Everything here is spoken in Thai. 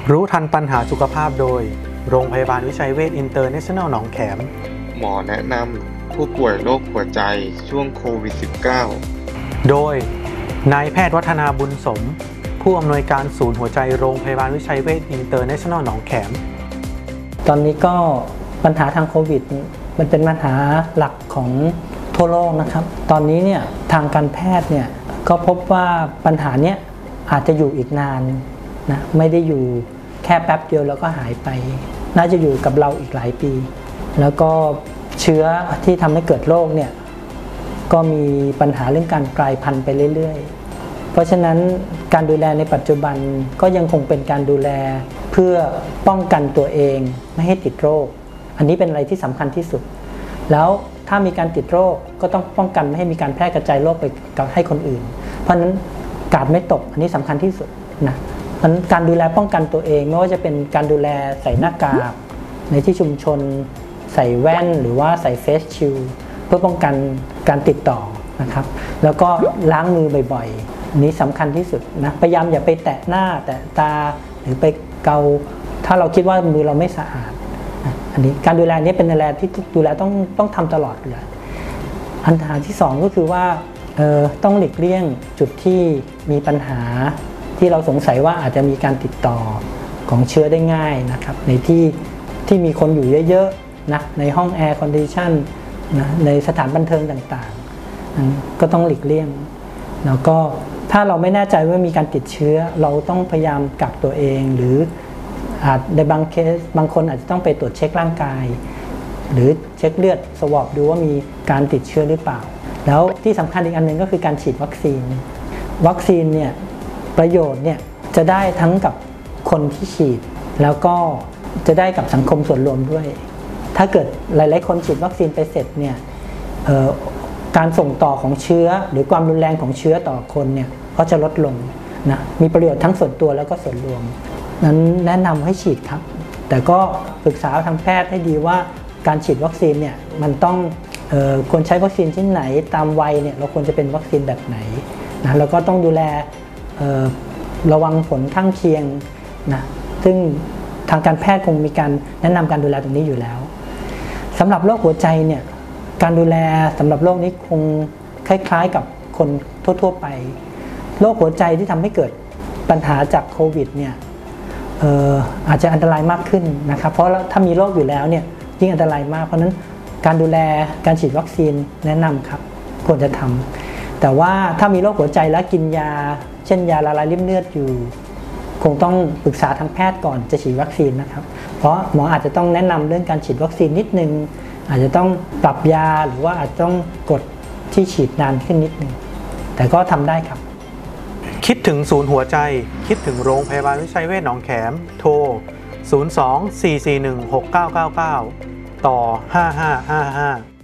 รู้ทันปัญหาสุขภาพโดยโรงพยาบาลวิชัยเวชอินเตอร์เนชั่นแนลหนองแขมหมอแนะนำผู้ป่วยโรคหัวใจช่วงโควิด -19 โดยนายแพทย์วัฒนาบุญสมผู้อำนวยการศูนย์หัวใจโรงพยาบาลวิชัยเวชอินเตอร์เนชั่นแนลหนองแขมตอนนี้ก็ปัญหาทางโควิดมันเป็นปัญหาหลักของทั่วโลกนะครับตอนนี้เนี่ยทางการแพทย์เนี่ยก็พบว่าปัญหาเนี้ยอาจจะอยู่อีกนานนะไม่ได้อยู่แค่แป๊บเดียวแล้วก็หายไปน่าจะอยู่กับเราอีกหลายปีแล้วก็เชื้อที่ทำให้เกิดโรคเนี่ยก็มีปัญหาเรื่องการกลายพันธุ์ไปเรื่อยๆเพราะฉะนั้นการดูแลในปัจจุบันก็ยังคงเป็นการดูแลเพื่อป้องกันตัวเองไม่ให้ติดโรคอันนี้เป็นอะไรที่สำคัญที่สุดแล้วถ้ามีการติดโรคก็ต้องป้องกันไม่ให้มีการแพร่กระจายโรคไปให้คนอื่นเพราะฉะนั้นกาดไม่ตกอันนี้สำคัญที่สุดนะเพราะฉะนั้นการดูแลป้องกันตัวเองไม่ว่าจะเป็นการดูแลใส่หน้ากากในที่ชุมชนใส่แว่นหรือว่าใส่เฟสชิลด์เพื่อป้องกันการติดต่อนะครับแล้วก็ล้างมือบ่อยๆอันนี้สำคัญที่สุดนะพยายามอย่าไปแตะหน้าแตะตาหรือไปเกาถ้าเราคิดว่ามือเราไม่สะอาดอันนี้การดูแลนี้เป็นอะไรที่ดูแลต้องทำตลอดเลยอันที่สองก็คือว่าต้องหลีกเลี่ยงจุดที่มีปัญหาที่เราสงสัยว่าอาจจะมีการติดต่อของเชื้อได้ง่ายนะครับในที่มีคนอยู่เยอะๆนะในห้องแอร์คอนดิชันนะในสถานบันเทิงต่างๆก็ต้องหลีกเลี่ยงแล้วก็ถ้าเราไม่แน่ใจว่ามีการติดเชื้อเราต้องพยายามกักตัวเองหรืออาจในบางเคสบางคนอาจจะต้องไปตรวจเช็คร่างกายหรือเช็คเลือดสวอปดูว่ามีการติดเชื้อหรือเปล่าแล้วที่สำคัญอีกอันหนึ่งก็คือการฉีดวัคซีนเนี่ยประโยชน์เนี่ยจะได้ทั้งกับคนที่ฉีดแล้วก็จะได้กับสังคมส่วนรวมด้วยถ้าเกิดหลายๆคนฉีดวัคซีนไปเสร็จเนี่ยการส่งต่อของเชื้อหรือความรุนแรงของเชื้อต่อคนเนี่ยก็จะลดลงนะมีประโยชน์ทั้งส่วนตัวแล้วก็ส่วนรวมนั้นแนะนำให้ฉีดครับแต่ก็ปรึกษาทางแพทย์ให้ดีว่าการฉีดวัคซีนเนี่ยมันต้องควรใช้วัคซีนชนิดไหนตามวัยเนี่ยเราควรจะเป็นวัคซีนแบบไหนนะแล้วก็ต้องดูแลระวังผลข้างเคียงนะซึ่งทางการแพทย์คงมีการแนะนำการดูแลตรงนี้อยู่แล้วสำหรับโรคหัวใจเนี่ยการดูแลสำหรับโรคนี้คงคล้ายๆกับคนทั่วๆไปโรคหัวใจที่ทำให้เกิดปัญหาจากโควิดเนี่ยอาจจะอันตรายมากขึ้นนะครับเพราะถ้ามีโรคอยู่แล้วเนี่ยยิ่งอันตรายมากเพราะนั้นการดูแลการฉีดวัคซีนแนะนำครับควรจะทำแต่ว่าถ้ามีโรคหัวใจแล้วกินยาเช่นยาละลายริ่มเลือดอยู่คงต้องปรึกษาทางแพทย์ก่อนจะฉีดวัคซีนนะครับเพราะหมออาจจะต้องแนะนำเรื่องการฉีดวัคซีนนิดนึงอาจจะต้องปรับยาหรือว่าอาจจะต้องกดที่ฉีดนานขึ้นนิดนึงแต่ก็ทำได้ครับคิดถึงศูนย์หัวใจคิดถึงโรงพยาบาลวิชัยเวชหนองแขมโทร02 441 6999ต่อ5555